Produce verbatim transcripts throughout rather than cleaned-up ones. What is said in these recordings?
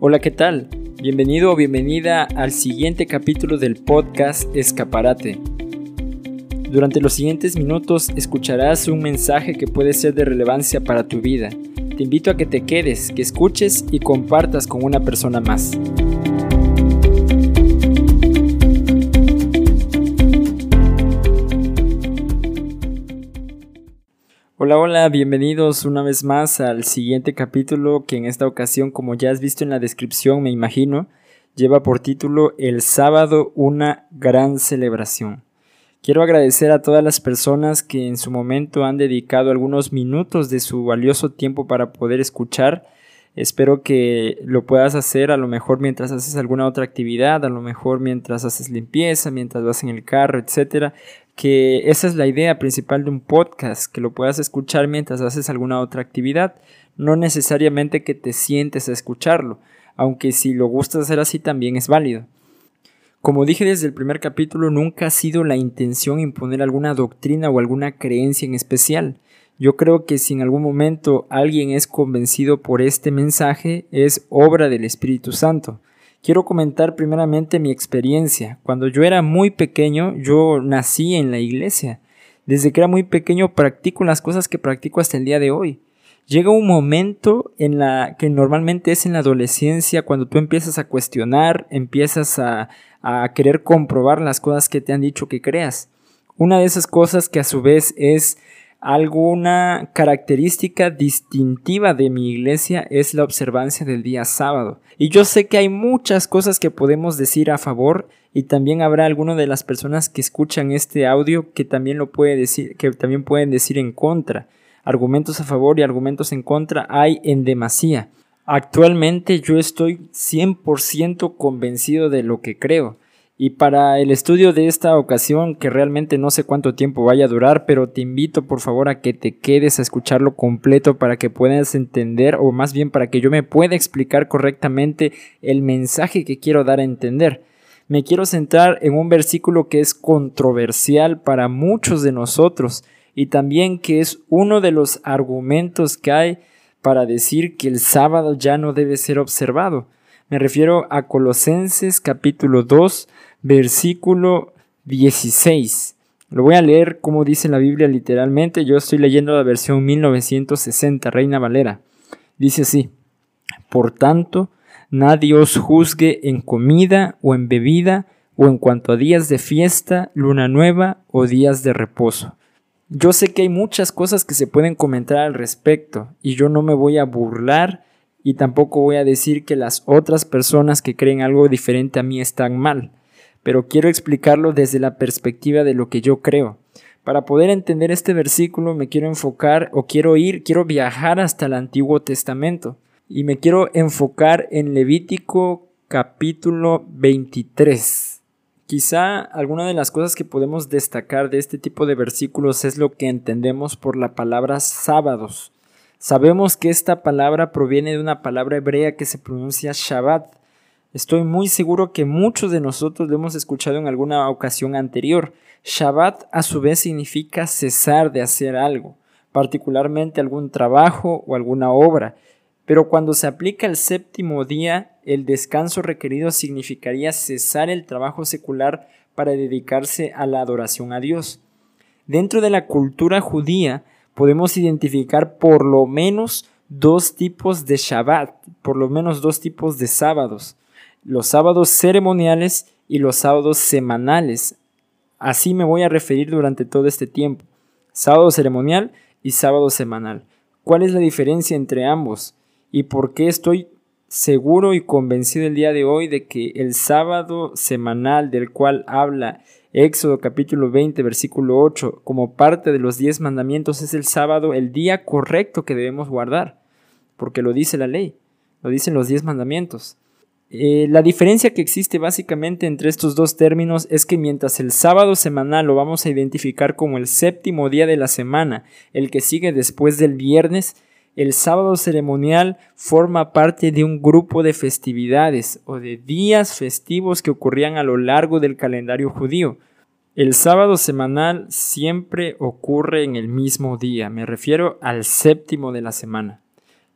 Hola, ¿qué tal? Bienvenido o bienvenida al siguiente capítulo del podcast Escaparate. Durante los siguientes minutos escucharás un mensaje que puede ser de relevancia para tu vida. Te invito a que te quedes, que escuches y compartas con una persona más. Hola, hola, bienvenidos una vez más al siguiente capítulo que en esta ocasión, como ya has visto en la descripción, me imagino, lleva por título El sábado, una gran celebración. Quiero agradecer a todas las personas que en su momento han dedicado algunos minutos de su valioso tiempo para poder escuchar. Espero que lo puedas hacer a lo mejor mientras haces alguna otra actividad, a lo mejor mientras haces limpieza, mientras vas en el carro, etcétera. Que esa es la idea principal de un podcast, que lo puedas escuchar mientras haces alguna otra actividad, no necesariamente que te sientes a escucharlo, aunque si lo gustas hacer así también es válido. Como dije desde el primer capítulo, nunca ha sido la intención imponer alguna doctrina o alguna creencia en especial. Yo creo que si en algún momento alguien es convencido por este mensaje, es obra del Espíritu Santo. Quiero comentar primeramente mi experiencia. Cuando yo era muy pequeño, yo nací en la iglesia. Desde que era muy pequeño practico las cosas que practico hasta el día de hoy. Llega un momento en la que normalmente es en la adolescencia, cuando tú empiezas a cuestionar, empiezas a, a querer comprobar las cosas que te han dicho que creas. Una de esas cosas que a su vez es alguna característica distintiva de mi iglesia es la observancia del día sábado. Y yo sé que hay muchas cosas que podemos decir a favor y también habrá algunas de las personas que escuchan este audio que también lo puede decir, que también pueden decir en contra. Argumentos a favor y argumentos en contra hay en demasía. Actualmente yo estoy cien por ciento convencido de lo que creo. Y para el estudio de esta ocasión, que realmente no sé cuánto tiempo vaya a durar, pero te invito por favor a que te quedes a escucharlo completo para que puedas entender, o más bien para que yo me pueda explicar correctamente el mensaje que quiero dar a entender. Me quiero centrar en un versículo que es controversial para muchos de nosotros y también que es uno de los argumentos que hay para decir que el sábado ya no debe ser observado. Me refiero a Colosenses capítulo dos, versículo dieciséis. Lo voy a leer como dice la Biblia literalmente. Yo estoy leyendo la versión mil novecientos sesenta, Reina Valera. Dice así: Por tanto, nadie os juzgue en comida o en bebida o en cuanto a días de fiesta, luna nueva o días de reposo. Yo sé que hay muchas cosas que se pueden comentar al respecto y yo no me voy a burlar y tampoco voy a decir que las otras personas que creen algo diferente a mí están mal, pero quiero explicarlo desde la perspectiva de lo que yo creo. Para poder entender este versículo me quiero enfocar o quiero ir, quiero viajar hasta el Antiguo Testamento y me quiero enfocar en Levítico capítulo veintitrés. Quizá alguna de las cosas que podemos destacar de este tipo de versículos es lo que entendemos por la palabra sábados. Sabemos que esta palabra proviene de una palabra hebrea que se pronuncia Shabbat. Estoy muy seguro que muchos de nosotros lo hemos escuchado en alguna ocasión anterior. Shabbat a su vez significa cesar de hacer algo, particularmente algún trabajo o alguna obra. Pero cuando se aplica el séptimo día, el descanso requerido significaría cesar el trabajo secular para dedicarse a la adoración a Dios. Dentro de la cultura judía, podemos identificar por lo menos dos tipos de Shabbat, por lo menos dos tipos de sábados, los sábados ceremoniales y los sábados semanales. Así me voy a referir durante todo este tiempo, sábado ceremonial y sábado semanal. ¿Cuál es la diferencia entre ambos? ¿Y por qué estoy seguro y convencido el día de hoy de que el sábado semanal del cual habla Éxodo capítulo veinte, versículo ocho, como parte de los diez mandamientos, es el sábado, el día correcto que debemos guardar? Porque lo dice la ley, lo dicen los diez mandamientos. Eh, la diferencia que existe básicamente entre estos dos términos es que mientras el sábado semanal lo vamos a identificar como el séptimo día de la semana, el que sigue después del viernes, el sábado ceremonial forma parte de un grupo de festividades o de días festivos que ocurrían a lo largo del calendario judío. El sábado semanal siempre ocurre en el mismo día, me refiero al séptimo de la semana.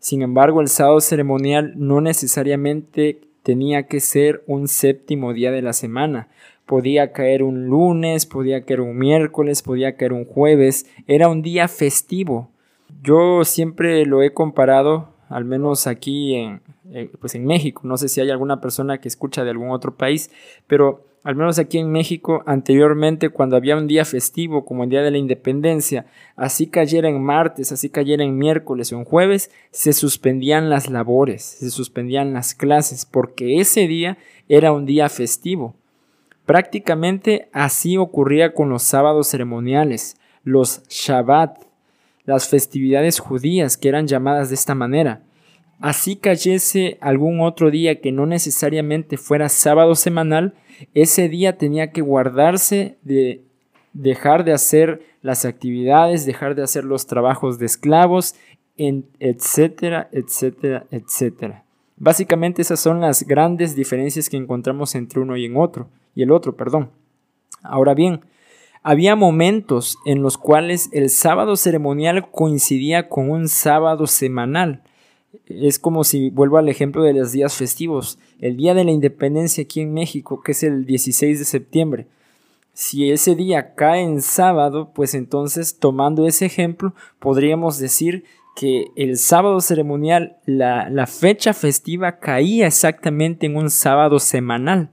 Sin embargo, el sábado ceremonial no necesariamente tenía que ser un séptimo día de la semana. Podía caer un lunes, podía caer un miércoles, podía caer un jueves. Era un día festivo. Yo siempre lo he comparado, al menos aquí en, eh, pues en México. No sé si hay alguna persona que escucha de algún otro país, pero al menos aquí en México, anteriormente, cuando había un día festivo como el Día de la Independencia, así cayera en martes, así cayera en miércoles o en jueves, se suspendían las labores, se suspendían las clases, porque ese día era un día festivo. Prácticamente así ocurría con los sábados ceremoniales, los Shabbat, las festividades judías que eran llamadas de esta manera. Así cayese algún otro día que no necesariamente fuera sábado semanal, ese día tenía que guardarse de dejar de hacer las actividades, dejar de hacer los trabajos de esclavos, etcétera, etcétera, etcétera. Básicamente esas son las grandes diferencias que encontramos entre uno y en otro, y el otro, perdón. Ahora bien, había momentos en los cuales el sábado ceremonial coincidía con un sábado semanal. Es como si vuelvo al ejemplo de los días festivos. El Día de la Independencia aquí en México, que es el dieciséis de septiembre. Si ese día cae en sábado, pues entonces, tomando ese ejemplo, podríamos decir que el sábado ceremonial, la, la fecha festiva caía exactamente en un sábado semanal.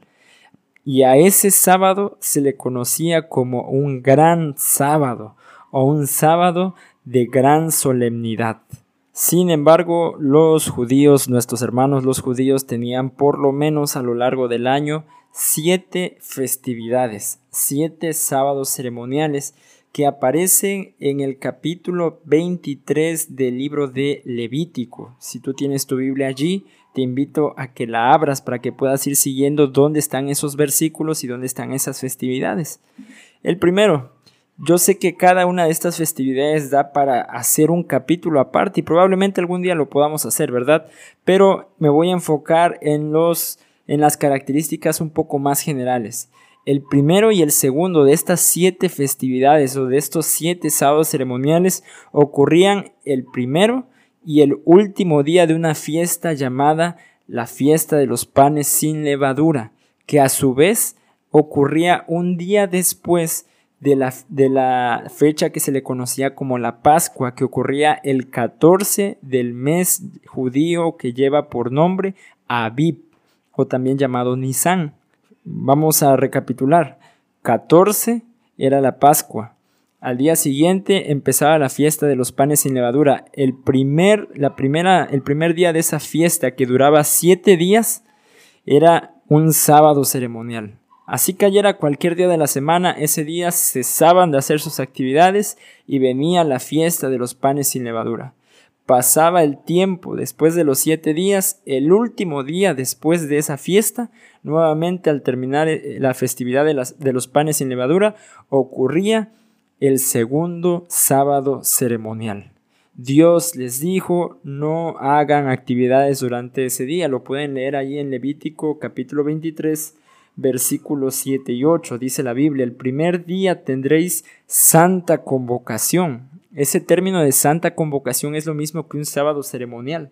Y a ese sábado se le conocía como un gran sábado o un sábado de gran solemnidad. Sin embargo, los judíos, nuestros hermanos los judíos, tenían por lo menos a lo largo del año siete festividades, siete sábados ceremoniales que aparecen en el capítulo veintitrés del libro de Levítico. Si tú tienes tu Biblia allí, te invito a que la abras para que puedas ir siguiendo dónde están esos versículos y dónde están esas festividades. El primero, yo sé que cada una de estas festividades da para hacer un capítulo aparte y probablemente algún día lo podamos hacer, ¿verdad? Pero me voy a enfocar en, los, en las características un poco más generales. El primero y el segundo de estas siete festividades o de estos siete sábados ceremoniales ocurrían el primero y el último día de una fiesta llamada la fiesta de los panes sin levadura, que a su vez ocurría un día después de la, de la fecha que se le conocía como la Pascua, que ocurría el catorce del mes judío que lleva por nombre Abib, o también llamado Nisan. Vamos a recapitular. catorce era la Pascua. Al día siguiente empezaba la fiesta de los panes sin levadura. El primer, la primera, el primer día de esa fiesta, que duraba siete días, era un sábado ceremonial. Así cayera cualquier día de la semana, ese día cesaban de hacer sus actividades y venía la fiesta de los panes sin levadura. Pasaba el tiempo, después de los siete días, el último día después de esa fiesta, nuevamente al terminar la festividad de, las, de los panes sin levadura, ocurría el segundo sábado ceremonial. Dios les dijo, no hagan actividades durante ese día. Lo pueden leer ahí en Levítico capítulo veintitrés, versículos siete y ocho. Dice la Biblia, el primer día tendréis santa convocación. Ese término de santa convocación es lo mismo que un sábado ceremonial.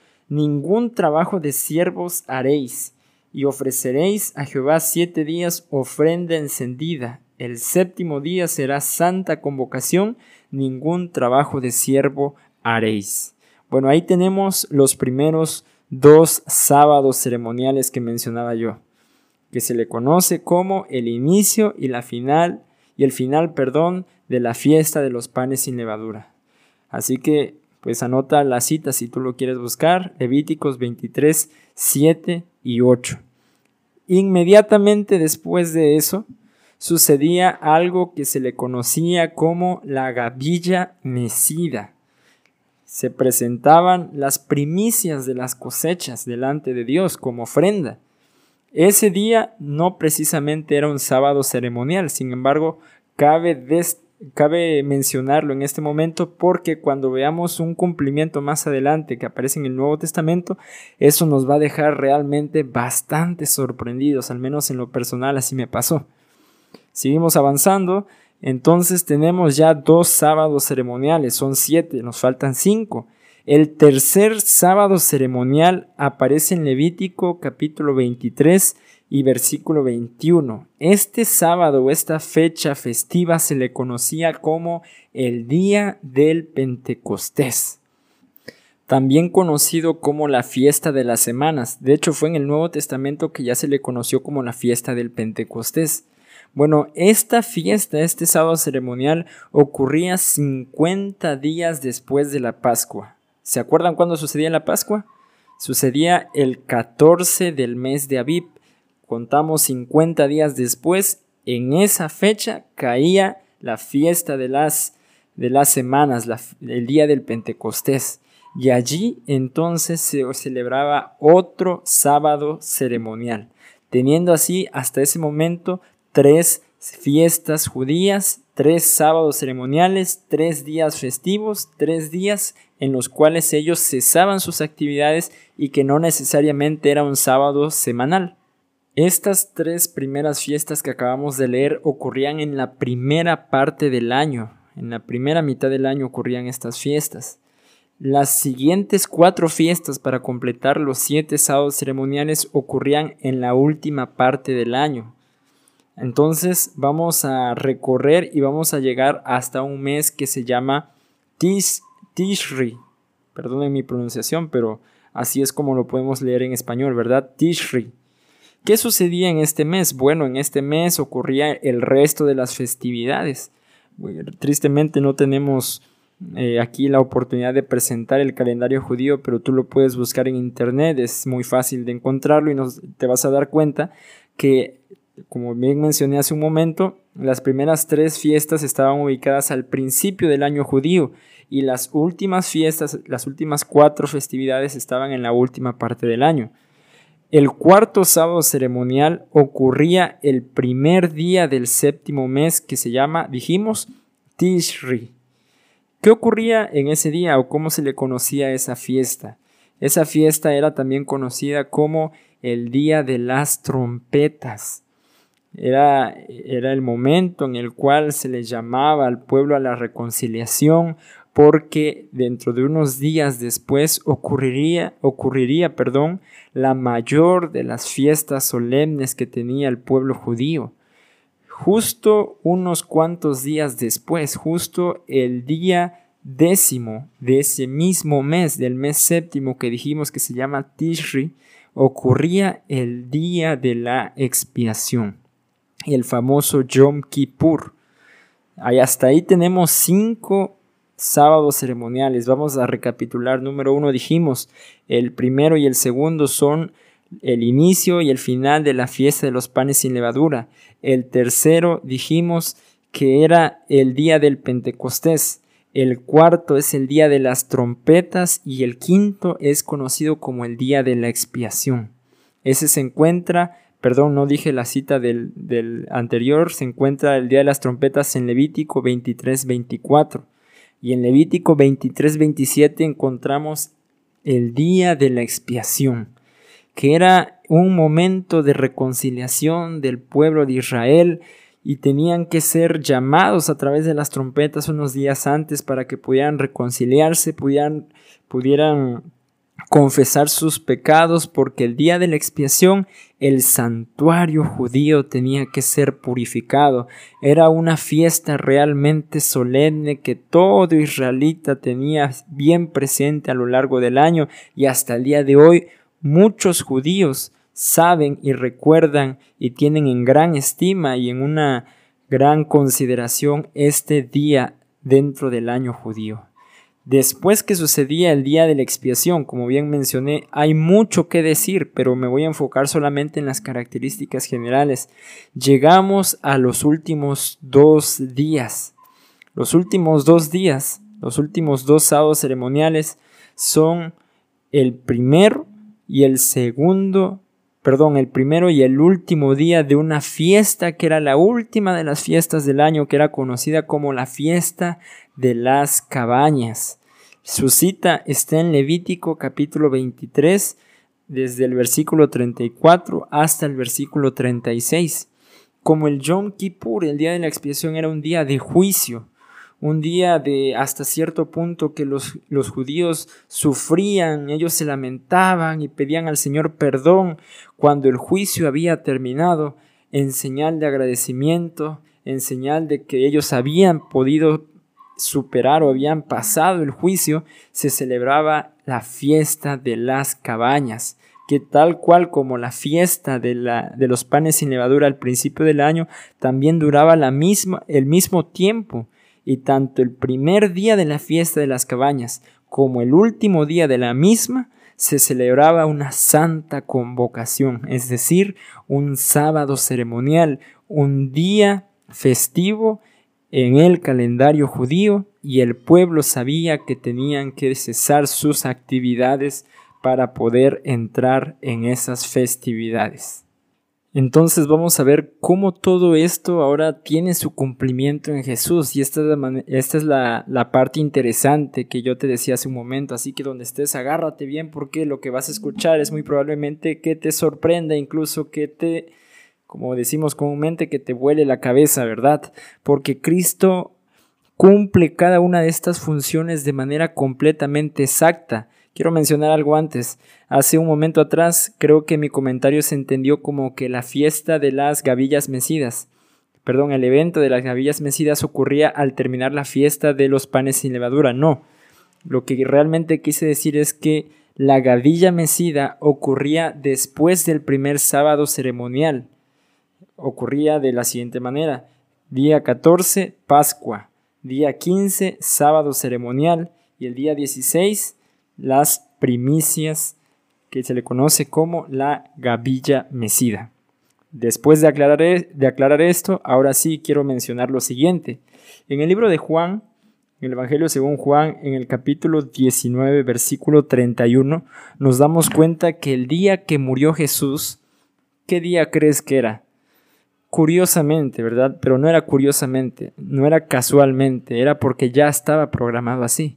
Ningún trabajo de siervos haréis, y ofreceréis a Jehová siete días ofrenda encendida. El séptimo día será santa convocación, ningún trabajo de siervo haréis. Bueno, ahí tenemos los primeros dos sábados ceremoniales que mencionaba yo, que se le conoce como el inicio y la final, y el final, perdón, de la fiesta de los panes sin levadura. Así que, pues anota la cita si tú lo quieres buscar, Levíticos veintitrés, siete y ocho. Inmediatamente después de eso, sucedía algo que se le conocía como la gavilla mecida. Se presentaban las primicias de las cosechas delante de Dios como ofrenda. Ese día no precisamente era un sábado ceremonial, sin embargo, cabe, des- cabe mencionarlo en este momento porque cuando veamos un cumplimiento más adelante que aparece en el Nuevo Testamento, eso nos va a dejar realmente bastante sorprendidos, al menos en lo personal así me pasó. Seguimos avanzando, entonces tenemos ya dos sábados ceremoniales, son siete, nos faltan cinco. El tercer sábado ceremonial aparece en Levítico capítulo veintitrés y versículo veintiuno. Este sábado o esta fecha festiva se le conocía como el día del Pentecostés, también conocido como la fiesta de las semanas. De hecho, fue en el Nuevo Testamento que ya se le conoció como la fiesta del Pentecostés. Bueno, esta fiesta, este sábado ceremonial, ocurría cincuenta días después de la Pascua. ¿Se acuerdan cuándo sucedía la Pascua? Sucedía el catorce del mes de Abib. Contamos cincuenta días después. En esa fecha caía la fiesta de las, de las semanas, la, el día del Pentecostés. Y allí entonces se celebraba otro sábado ceremonial, teniendo así hasta ese momento tres fiestas judías, tres sábados ceremoniales, tres días festivos, tres días en los cuales ellos cesaban sus actividades y que no necesariamente era un sábado semanal. Estas tres primeras fiestas que acabamos de leer ocurrían en la primera parte del año, en la primera mitad del año ocurrían estas fiestas. Las siguientes cuatro fiestas para completar los siete sábados ceremoniales ocurrían en la última parte del año. Entonces vamos a recorrer y vamos a llegar hasta un mes que se llama Tish, Tishri. Perdonen mi pronunciación, pero así es como lo podemos leer en español, ¿verdad? Tishri. ¿Qué sucedía en este mes? Bueno, en este mes ocurría el resto de las festividades. Tristemente no tenemos eh, aquí la oportunidad de presentar el calendario judío, pero tú lo puedes buscar en internet, es muy fácil de encontrarlo y nos, te vas a dar cuenta que, como bien mencioné hace un momento, las primeras tres fiestas estaban ubicadas al principio del año judío y las últimas fiestas, las últimas cuatro festividades estaban en la última parte del año. El cuarto sábado ceremonial ocurría el primer día del séptimo mes que se llama, dijimos, Tishri. ¿Qué ocurría en ese día o cómo se le conocía a esa fiesta? Esa fiesta era también conocida como el Día de las Trompetas. Era, era el momento en el cual se le llamaba al pueblo a la reconciliación, porque dentro de unos días después ocurriría, ocurriría, perdón, la mayor de las fiestas solemnes que tenía el pueblo judío. Justo unos cuantos días después, justo el día décimo de ese mismo mes, del mes séptimo que dijimos que se llama Tishri, ocurría el día de la expiación, el famoso Yom Kippur. Ahí, hasta ahí tenemos cinco sábados ceremoniales. Vamos a recapitular. Número uno, dijimos, el primero y el segundo son el inicio y el final de la fiesta de los panes sin levadura. El tercero, dijimos que era el día del Pentecostés. El cuarto es el día de las trompetas y el quinto es conocido como el día de la expiación. Ese se encuentra, perdón, no dije la cita del, del anterior, se encuentra el día de las trompetas en Levítico veintitrés veinticuatro. Y en Levítico veintitrés veintisiete encontramos el día de la expiación, que era un momento de reconciliación del pueblo de Israel y tenían que ser llamados a través de las trompetas unos días antes para que pudieran reconciliarse, pudieran, pudieran confesar sus pecados, porque el día de la expiación el santuario judío tenía que ser purificado. Era una fiesta realmente solemne que todo israelita tenía bien presente a lo largo del año, y hasta el día de hoy muchos judíos saben y recuerdan y tienen en gran estima y en una gran consideración este día dentro del año judío. Después que sucedía el día de la expiación, como bien mencioné, hay mucho que decir, pero me voy a enfocar solamente en las características generales. Llegamos a los últimos dos días. Los últimos dos días, los últimos dos sábados ceremoniales son el primero y el segundo, perdón, el primero y el último día de una fiesta que era la última de las fiestas del año, que era conocida como la fiesta de las cabañas. Su cita está en Levítico capítulo veintitrés, desde el versículo treinta y cuatro hasta el versículo treinta y seis. Como el Yom Kippur, el día de la expiación, era un día de juicio, un día de hasta cierto punto que los, los judíos sufrían, ellos se lamentaban y pedían al Señor perdón cuando el juicio había terminado, en señal de agradecimiento, en señal de que ellos habían podido superar o habían pasado el juicio, se celebraba la fiesta de las cabañas, que tal cual como la fiesta de, la, de los panes sin levadura al principio del año, también duraba la misma, el mismo tiempo. Y tanto el primer día de la fiesta de las cabañas como el último día de la misma se celebraba una santa convocación, es decir, un sábado ceremonial, un día festivo en el calendario judío, y el pueblo sabía que tenían que cesar sus actividades para poder entrar en esas festividades. Entonces vamos a ver cómo todo esto ahora tiene su cumplimiento en Jesús, y esta es, la, esta es la, la parte interesante que yo te decía hace un momento, así que donde estés agárrate bien porque lo que vas a escuchar es muy probablemente que te sorprenda, incluso que te, como decimos comúnmente, que te vuele la cabeza, ¿verdad? Porque Cristo cumple cada una de estas funciones de manera completamente exacta. Quiero mencionar algo antes. Hace un momento atrás creo que mi comentario se entendió como que la fiesta de las gavillas mecidas, perdón, el evento de las gavillas mecidas ocurría al terminar la fiesta de los panes sin levadura. No, lo que realmente quise decir es que la gavilla mecida ocurría después del primer sábado ceremonial. Ocurría de la siguiente manera: día catorce, Pascua; día quince, sábado ceremonial; y el día dieciséis, las primicias, que se le conoce como la gavilla mecida. Después de aclarar, de aclarar esto, ahora sí quiero mencionar lo siguiente. En el libro de Juan, en el Evangelio según Juan, en el capítulo diecinueve, versículo treinta y uno, nos damos cuenta que el día que murió Jesús, ¿qué día crees que era? Curiosamente, ¿verdad? Pero no era curiosamente, no era casualmente, era porque ya estaba programado así.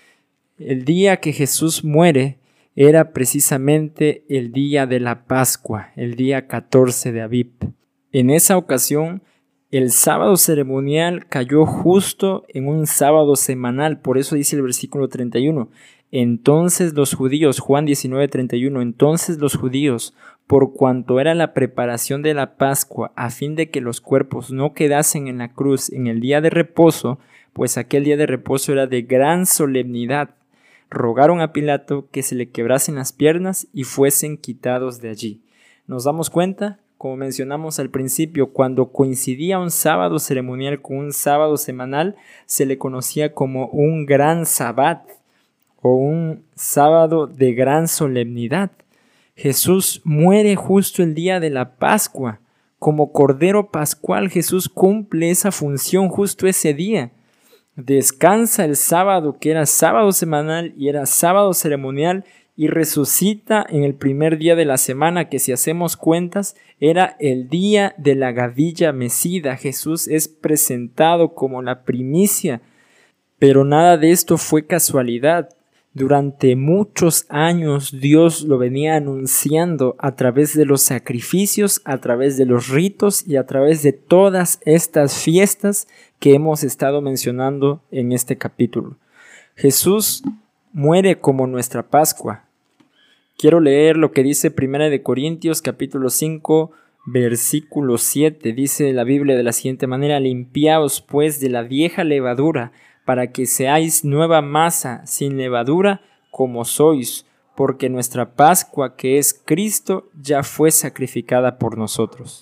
El día que Jesús muere era precisamente el día de la Pascua, el día catorce de Abib. En esa ocasión, el sábado ceremonial cayó justo en un sábado semanal, por eso dice el versículo treinta y uno. Entonces los judíos, Juan diecinueve, treinta y uno, entonces los judíos, por cuanto era la preparación de la Pascua, a fin de que los cuerpos no quedasen en la cruz en el día de reposo, pues aquel día de reposo era de gran solemnidad, rogaron a Pilato que se le quebrasen las piernas y fuesen quitados de allí. Nos damos cuenta, como mencionamos al principio, cuando coincidía un sábado ceremonial con un sábado semanal, se le conocía como un gran sabbat o un sábado de gran solemnidad. Jesús muere justo el día de la Pascua. Como Cordero Pascual, Jesús cumple esa función justo ese día. Descansa el sábado, que era sábado semanal y era sábado ceremonial, y resucita en el primer día de la semana, que si hacemos cuentas era el día de la gavilla mecida. Jesús es presentado como la primicia, pero nada de esto fue casualidad. Durante muchos años Dios lo venía anunciando a través de los sacrificios, a través de los ritos y a través de todas estas fiestas que hemos estado mencionando en este capítulo. Jesús muere como nuestra Pascua. Quiero leer lo que dice Primera de Corintios capítulo cinco, versículo siete. Dice la Biblia de la siguiente manera: limpiaos pues de la vieja levadura, para que seáis nueva masa sin levadura como sois, porque nuestra Pascua, que es Cristo, ya fue sacrificada por nosotros.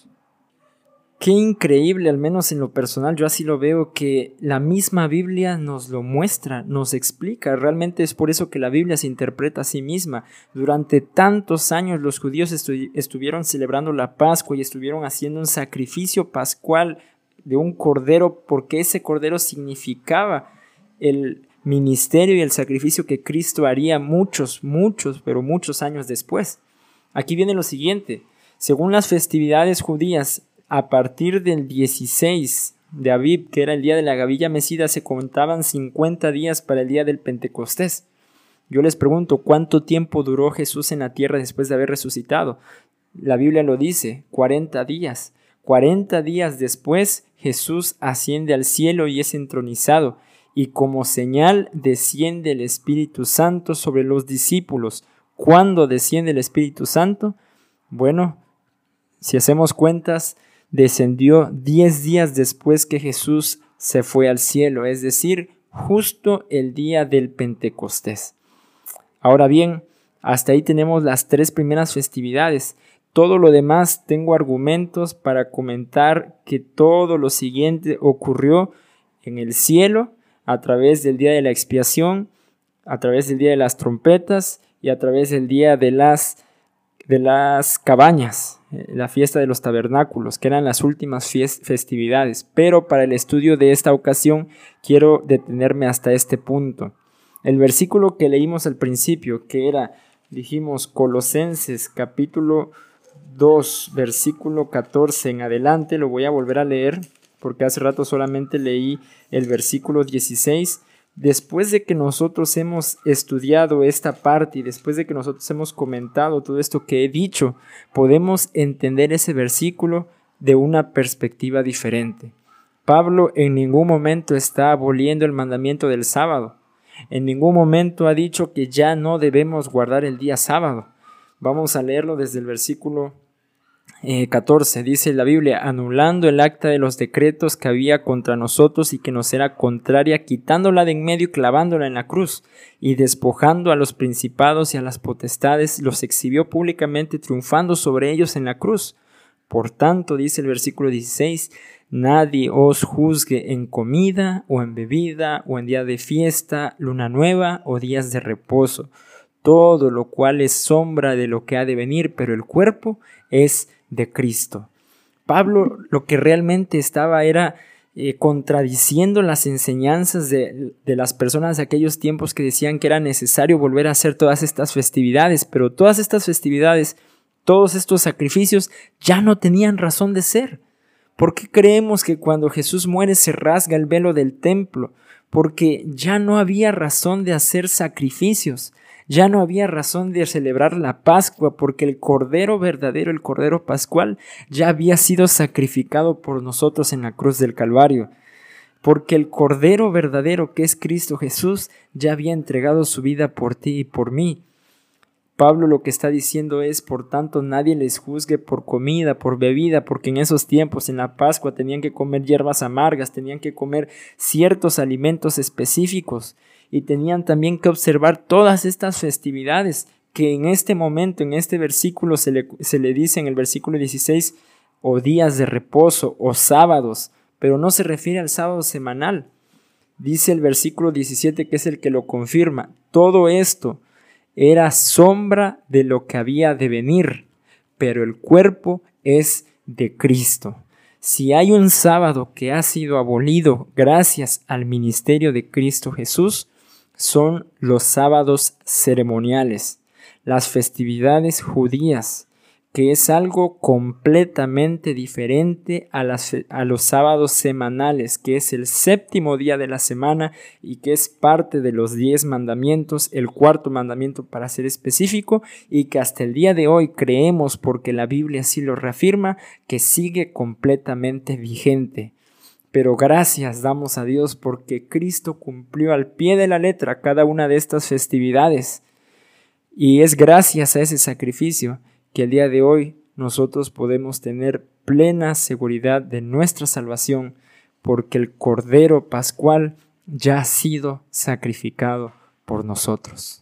Qué increíble, al menos en lo personal, yo así lo veo, que la misma Biblia nos lo muestra, nos explica. Realmente es por eso que la Biblia se interpreta a sí misma. Durante tantos años los judíos estu- estuvieron celebrando la Pascua y estuvieron haciendo un sacrificio pascual de un cordero, porque ese cordero significaba el ministerio y el sacrificio que Cristo haría muchos, muchos, pero muchos años después. Aquí viene lo siguiente: según las festividades judías, a partir del dieciséis de Abib, que era el día de la gavilla mecida, se contaban cincuenta días para el día del Pentecostés. Yo les pregunto, ¿cuánto tiempo duró Jesús en la tierra después de haber resucitado? La Biblia lo dice, cuarenta días. cuarenta días después, Jesús asciende al cielo y es entronizado. y como señal desciende el Espíritu Santo sobre los discípulos. ¿Cuándo desciende el Espíritu Santo? Bueno, si hacemos cuentas, descendió diez días después que Jesús se fue al cielo, es decir, justo el día del Pentecostés. Ahora bien, hasta ahí tenemos las tres primeras festividades. Todo lo demás tengo argumentos para comentar que todo lo siguiente ocurrió en el cielo a través del día de la expiación, a través del día de las trompetas y a través del día de las, de las cabañas, la fiesta de los tabernáculos, que eran las últimas fiest- festividades. Pero para el estudio de esta ocasión quiero detenerme hasta este punto. El versículo que leímos al principio, que era, dijimos, Colosenses capítulo dos, versículo catorce en adelante, lo voy a volver a leer porque hace rato solamente leí el versículo dieciséis. Después de que nosotros hemos estudiado esta parte y después de que nosotros hemos comentado todo esto que he dicho, podemos entender ese versículo de una perspectiva diferente. Pablo en ningún momento está aboliendo el mandamiento del sábado. En ningún momento ha dicho que ya no debemos guardar el día sábado. Vamos a leerlo desde el versículo eh, catorce. Dice la Biblia: anulando el acta de los decretos que había contra nosotros y que nos era contraria, quitándola de en medio y clavándola en la cruz, y despojando a los principados y a las potestades, los exhibió públicamente, triunfando sobre ellos en la cruz. Por tanto, dice el versículo dieciséis, nadie os juzgue en comida o en bebida o en día de fiesta, luna nueva o días de reposo, todo lo cual es sombra de lo que ha de venir, pero el cuerpo es de Cristo. Pablo lo que realmente estaba era eh, contradiciendo las enseñanzas de, de las personas de aquellos tiempos que decían que era necesario volver a hacer todas estas festividades, pero todas estas festividades, todos estos sacrificios ya no tenían razón de ser. ¿Por qué creemos que cuando Jesús muere se rasga el velo del templo? Porque ya no había razón de hacer sacrificios, ya no había razón de celebrar la Pascua, porque el Cordero verdadero, el Cordero Pascual, ya había sido sacrificado por nosotros en la cruz del Calvario. Porque el Cordero verdadero, que es Cristo Jesús, ya había entregado su vida por ti y por mí. Pablo lo que está diciendo es, por tanto, nadie les juzgue por comida, por bebida, porque en esos tiempos, en la Pascua, tenían que comer hierbas amargas, tenían que comer ciertos alimentos específicos y tenían también que observar todas estas festividades que en este momento, en este versículo, se le, se le dice en el versículo dieciséis, o días de reposo, o sábados, pero no se refiere al sábado semanal. Dice el versículo diecisiete, que es el que lo confirma, todo esto era sombra de lo que había de venir, pero el cuerpo es de Cristo. Si hay un sábado que ha sido abolido gracias al ministerio de Cristo Jesús, son los sábados ceremoniales, las festividades judías, que es algo completamente diferente a, las, a los sábados semanales, que es el séptimo día de la semana y que es parte de los diez mandamientos, el cuarto mandamiento para ser específico, y que hasta el día de hoy creemos, porque la Biblia así lo reafirma, que sigue completamente vigente. Pero gracias damos a Dios porque Cristo cumplió al pie de la letra cada una de estas festividades, y es gracias a ese sacrificio que el día de hoy nosotros podemos tener plena seguridad de nuestra salvación, porque el Cordero Pascual ya ha sido sacrificado por nosotros.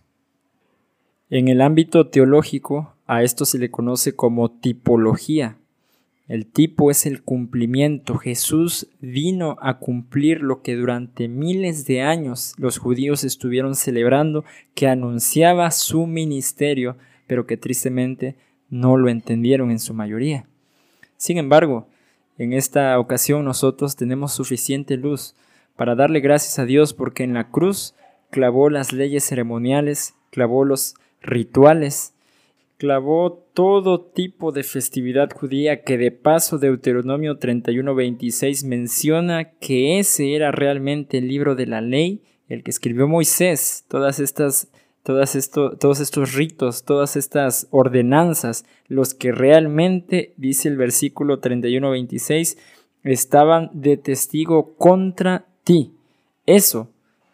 En el ámbito teológico, a esto se le conoce como tipología. El tipo es el cumplimiento. Jesús vino a cumplir lo que durante miles de años los judíos estuvieron celebrando, que anunciaba su ministerio, pero que tristemente no lo entendieron en su mayoría. Sin embargo, en esta ocasión nosotros tenemos suficiente luz para darle gracias a Dios, porque en la cruz clavó las leyes ceremoniales, clavó los rituales, clavó todo tipo de festividad judía, que de paso Deuteronomio treinta y uno veintiséis menciona que ese era realmente el libro de la ley, el que escribió Moisés, todas estas Todas esto, todos estos ritos, todas estas ordenanzas, los que realmente, dice el versículo treinta y uno veintiséis, estaban de testigo contra ti. Eso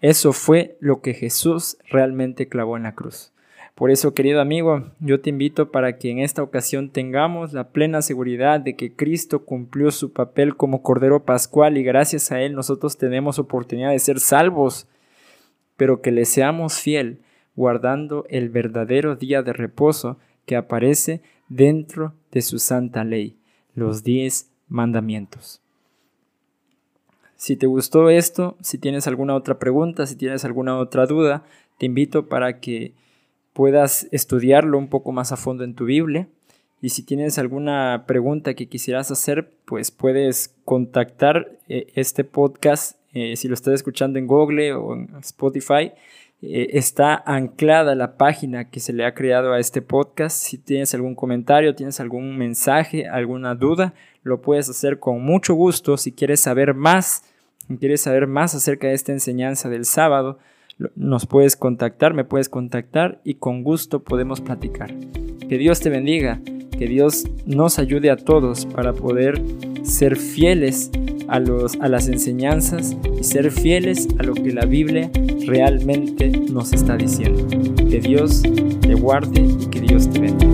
Eso fue lo que Jesús realmente clavó en la cruz. Por eso, querido amigo, yo te invito para que en esta ocasión tengamos la plena seguridad de que Cristo cumplió su papel como Cordero Pascual y gracias a Él nosotros tenemos oportunidad de ser salvos, pero que le seamos fiel, guardando el verdadero día de reposo que aparece dentro de su santa ley, los diez mandamientos. Si te gustó esto, si tienes alguna otra pregunta, si tienes alguna otra duda, te invito para que puedas estudiarlo un poco más a fondo en tu Biblia. Y si tienes alguna pregunta que quisieras hacer, pues puedes contactar eh, este podcast. Eh, si lo estás escuchando en Google o en Spotify, eh, está anclada la página que se le ha creado a este podcast. Si tienes algún comentario, tienes algún mensaje, alguna duda, lo puedes hacer con mucho gusto. Si quieres saber más, si quieres saber más acerca de esta enseñanza del sábado, nos puedes contactar, me puedes contactar y con gusto podemos platicar. Que Dios te bendiga, que Dios nos ayude a todos para poder ser fieles a, los, a las enseñanzas y ser fieles a lo que la Biblia realmente nos está diciendo. Que Dios te guarde y que Dios te bendiga.